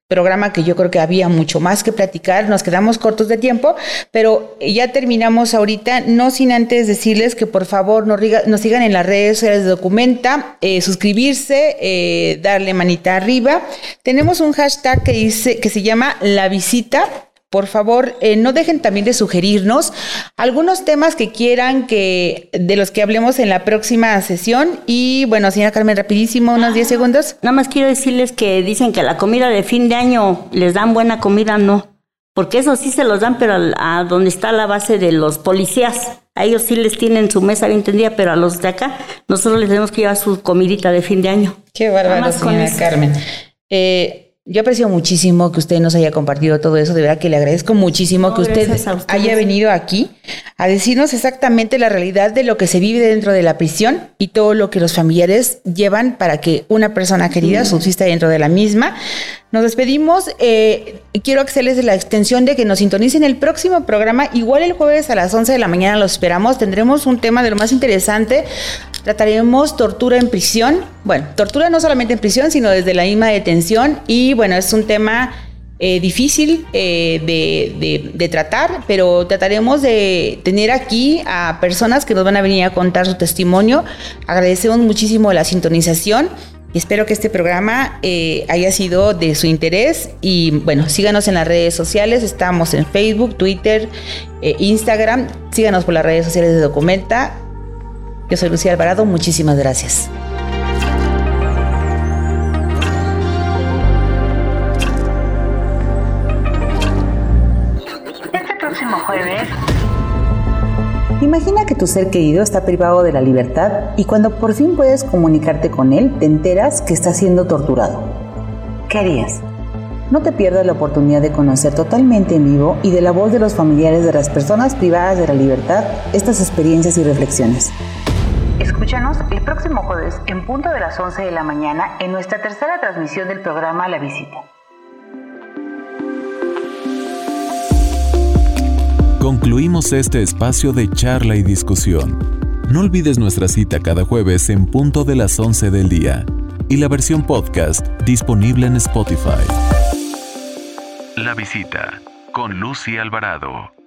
[SPEAKER 3] programa que yo creo que había mucho más que platicar, nos quedamos cortos de tiempo, pero ya terminamos ahorita, no sin antes decirles que por favor nos, riga, nos sigan en las redes sociales de Documenta, eh, suscribirse, eh, darle manita arriba. Tenemos un hashtag que dice, que se llama La Visita. Por favor, eh, no dejen también de sugerirnos algunos temas que quieran que de los que hablemos en la próxima sesión. Y bueno, señora Carmen, rapidísimo, unos diez segundos.
[SPEAKER 5] Nada más quiero decirles que dicen que la comida de fin de año les dan buena comida, no. Porque eso sí se los dan, pero a, a donde está la base de los policías. A ellos sí les tienen su mesa bien tendida, pero a los de acá, nosotros les tenemos que llevar su comidita de fin de año.
[SPEAKER 3] Qué bárbaro, señora Carmen. Eh... Yo aprecio muchísimo que usted nos haya compartido todo eso, de verdad que le agradezco muchísimo no, que usted haya venido aquí a decirnos exactamente la realidad de lo que se vive dentro de la prisión y todo lo que los familiares llevan para que una persona querida mm. subsista dentro de la misma. Nos despedimos, eh, quiero hacerles la extensión de que nos sintonicen el próximo programa, igual el jueves a las once de la mañana los esperamos, tendremos un tema de lo más interesante, trataremos tortura en prisión, bueno, tortura no solamente en prisión, sino desde la misma detención y bueno, es un tema eh, difícil eh, de, de, de tratar, pero trataremos de tener aquí a personas que nos van a venir a contar su testimonio. Agradecemos muchísimo la sintonización. Espero que este programa eh, haya sido de su interés y bueno, síganos en las redes sociales, estamos en Facebook, Twitter, eh, Instagram, síganos por las redes sociales de Documenta. Yo soy Lucía Alvarado, muchísimas gracias.
[SPEAKER 6] Este próximo jueves...
[SPEAKER 3] Imagina que tu ser querido está privado de la libertad y cuando por fin puedes comunicarte con él, te enteras que está siendo torturado. ¿Qué harías? No te pierdas la oportunidad de conocer totalmente en vivo y de la voz de los familiares de las personas privadas de la libertad estas experiencias y reflexiones.
[SPEAKER 6] Escúchanos el próximo jueves en punto de las once de la mañana en nuestra tercera transmisión del programa La Visita.
[SPEAKER 2] Concluimos este espacio de charla y discusión. No olvides nuestra cita cada jueves en punto de las once del día y la versión podcast disponible en Spotify.
[SPEAKER 1] La Visita con Lucy Alvarado.